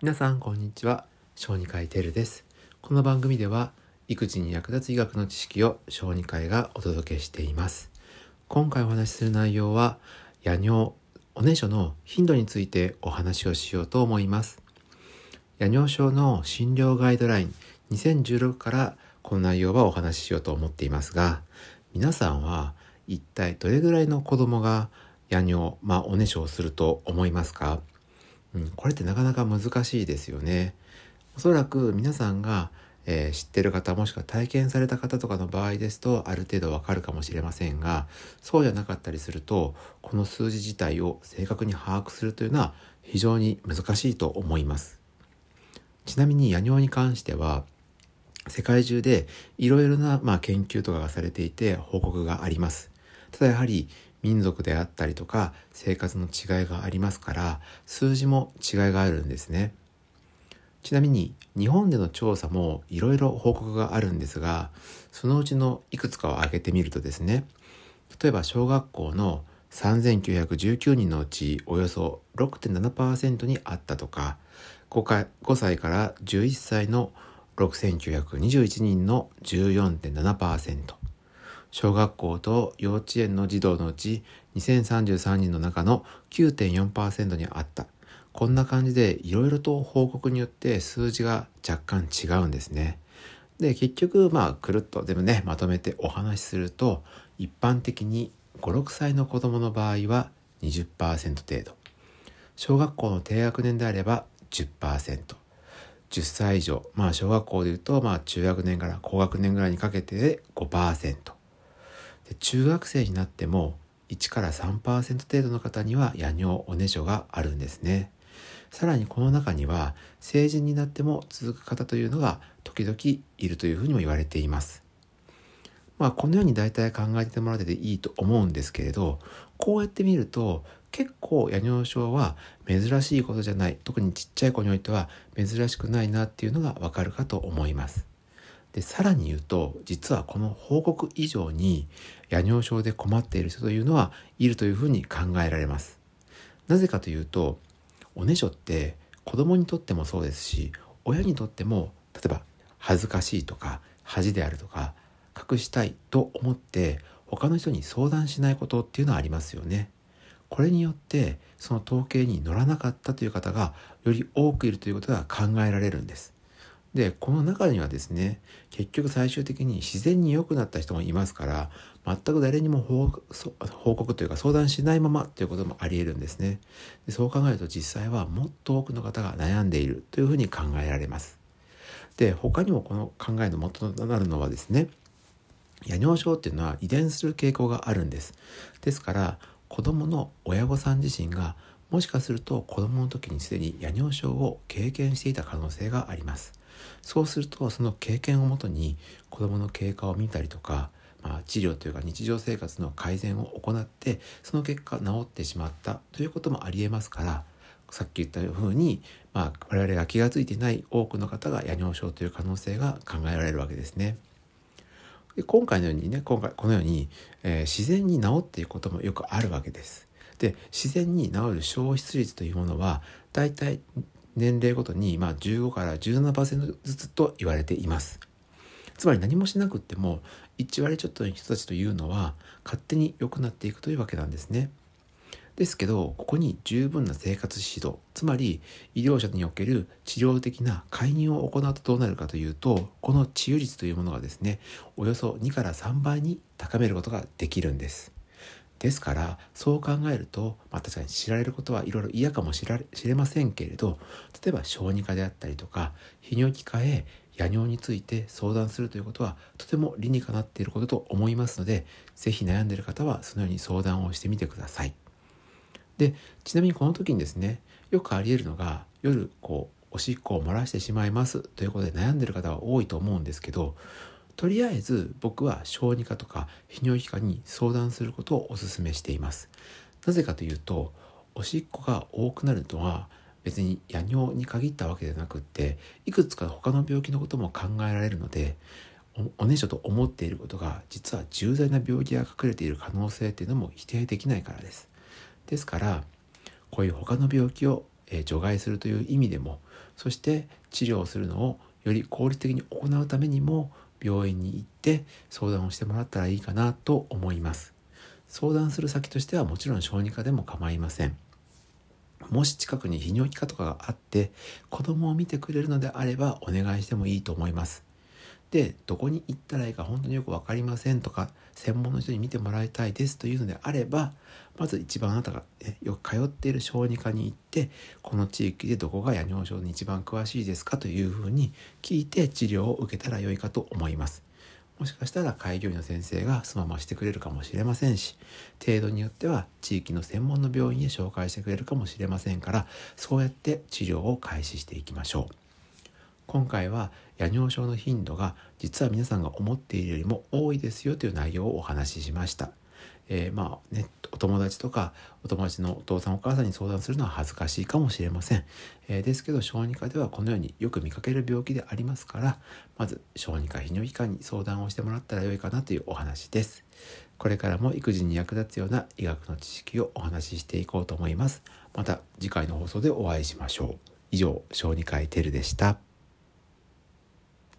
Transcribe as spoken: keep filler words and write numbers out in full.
皆さんこんにちは。小児科医テルです。この番組では育児に役立つ医学の知識を小児科医がお届けしています。今回お話しする内容は夜尿、おねしょの頻度についてお話をしようと思います。夜尿症の診療ガイドラインにせんじゅうろくからこの内容はお話ししようと思っていますが、皆さんは一体どれぐらいの子供が夜尿、まあおねしょをすると思いますか？うん、これってなかなか難しいですよね。おそらく皆さんが、えー知ってる方もしくは体験された方とかの場合ですとある程度わかるかもしれませんが、そうじゃなかったりするとこの数字自体を正確に把握するというのは非常に難しいと思います。ちなみに夜尿に関しては世界中でいろいろな、まあ、研究とかがされていて報告があります。ただやはり民族であったりとか生活の違いがありますから数字も違いがあるんですね。ちなみに日本での調査もいろいろ報告があるんですが、そのうちのいくつかを挙げてみるとですね、例えば小学校のさんぜんきゅうひゃくじゅうきゅうにんのうちおよそ ろくてんななパーセント にあったとか、ごかいごさいからじゅういっさいのろくせんきゅうひゃくにじゅういちにんの じゅうよんてんななパーセント、小学校と幼稚園の児童のうちにせんさんじゅうさんにんの中の きゅうてんよんパーセント にあった。こんな感じでいろいろと報告によって数字が若干違うんですね。で、結局まあくるっと全部ねまとめてお話しすると、一般的にご、ろくさいの子供の場合は にじゅっパーセント 程度、小学校の低学年であれば じゅっパーセント、じゅっさい以上、まあ小学校でいうとまあ中学年から高学年ぐらいにかけてで ごパーセント、で中学生になってもいちからさんパーセント程度の方には夜尿おねしょがあるんですね。さらにこの中には成人になっても続く方というのが時々いるというふうにも言われています。まあこのように大体考えてもらってていいと思うんですけれど、こうやって見ると結構夜尿症は珍しいことじゃない、特にちっちゃい子においては珍しくないなっていうのがわかるかと思います。で、さらに言うと実はこの報告以上に夜尿症で困っている人というのはいるというふうに考えられます。なぜかというと、おねしょって子供にとってもそうですし、親にとっても例えば恥ずかしいとか恥であるとか隠したいと思って他の人に相談しないことっていうのはありますよね。これによってその統計に乗らなかったという方がより多くいるということが考えられるんです。で、この中にはですね、結局最終的に自然に良くなった人もいますから、全く誰にも報報告というか相談しないままということもあり得るんですね。で、そう考えると実際はもっと多くの方が悩んでいるというふうに考えられます。で、他にもこの考えの元となるのはですね、夜尿症っていうのは遺伝する傾向があるんです。ですから子供の親御さん自身がもしかすると子供の時にすでに夜尿症を経験していた可能性があります。そうするとその経験をもとに子供の経過を見たりとか、まあ、治療というか日常生活の改善を行ってその結果治ってしまったということもありえますから、さっき言ったように、まあ、我々が気がついていない多くの方が夜尿症という可能性が考えられるわけですね。で、今回のようにね、今回このように、えー自然に治っていくこともよくあるわけです。で、自然に治る消失率というものはだいたい年齢ごとにまあじゅうごからじゅうななパーセント ずつと言われています。つまり何もしなくってもいち割ちょっとの人たちというのは勝手に良くなっていくというわけなんですね。ですけど、ここに十分な生活指導、つまり医療者における治療的な介入を行うとどうなるかというと、この治癒率というものがですね、およそにからさんばいに高めることができるんです。ですからそう考えると、まあ、確かに知られることはいろいろ嫌かもしれませんけれど、例えば小児科であったりとか泌尿器科へ夜尿について相談するということはとても理にかなっていることと思いますので、ぜひ悩んでいる方はそのように相談をしてみてください。で、ちなみにこの時にですね、よくあり得るのが夜こうおしっこを漏らしてしまいますということで悩んでいる方は多いと思うんですけど、とりあえず僕は小児科とか泌尿器科に相談することをお勧めしています。なぜかというと、おしっこが多くなるのは別に夜尿に限ったわけではなくって、いくつか他の病気のことも考えられるので、おおねしょと思っていることが実は重大な病気が隠れている可能性っていうのも否定できないからです。ですからこういう他の病気をえー、除外するという意味でも、そして治療をするのをより効率的に行うためにも病院に行って相談をしてもらったらいいかなと思います。相談する先としてはもちろん小児科でも構いません。もし近くに泌尿器科とかがあって子供を見てくれるのであればお願いしてもいいと思います。で、どこに行ったらいいか本当によく分かりませんとか、専門の人に見てもらいたいですというのであれば、まず一番あなたが、ね、よく通っている小児科に行って、この地域でどこが夜尿症に一番詳しいですかというふうに聞いて治療を受けたらよいかと思います。もしかしたら開業医の先生がそのまましてくれるかもしれませんし、程度によっては地域の専門の病院へ紹介してくれるかもしれませんから、そうやって治療を開始していきましょう。今回は夜尿症の頻度が実は皆さんが思っているよりも多いですよという内容をお話ししました。えー、まあね、お友達とかお友達のお父さんお母さんに相談するのは恥ずかしいかもしれません。えー、ですけど小児科ではこのようによく見かける病気でありますから、まず小児科泌尿器科に相談をしてもらったらよいかなというお話です。これからも育児に役立つような医学の知識をお話ししていこうと思います。また次回の放送でお会いしましょう。以上、小児科医テルでした。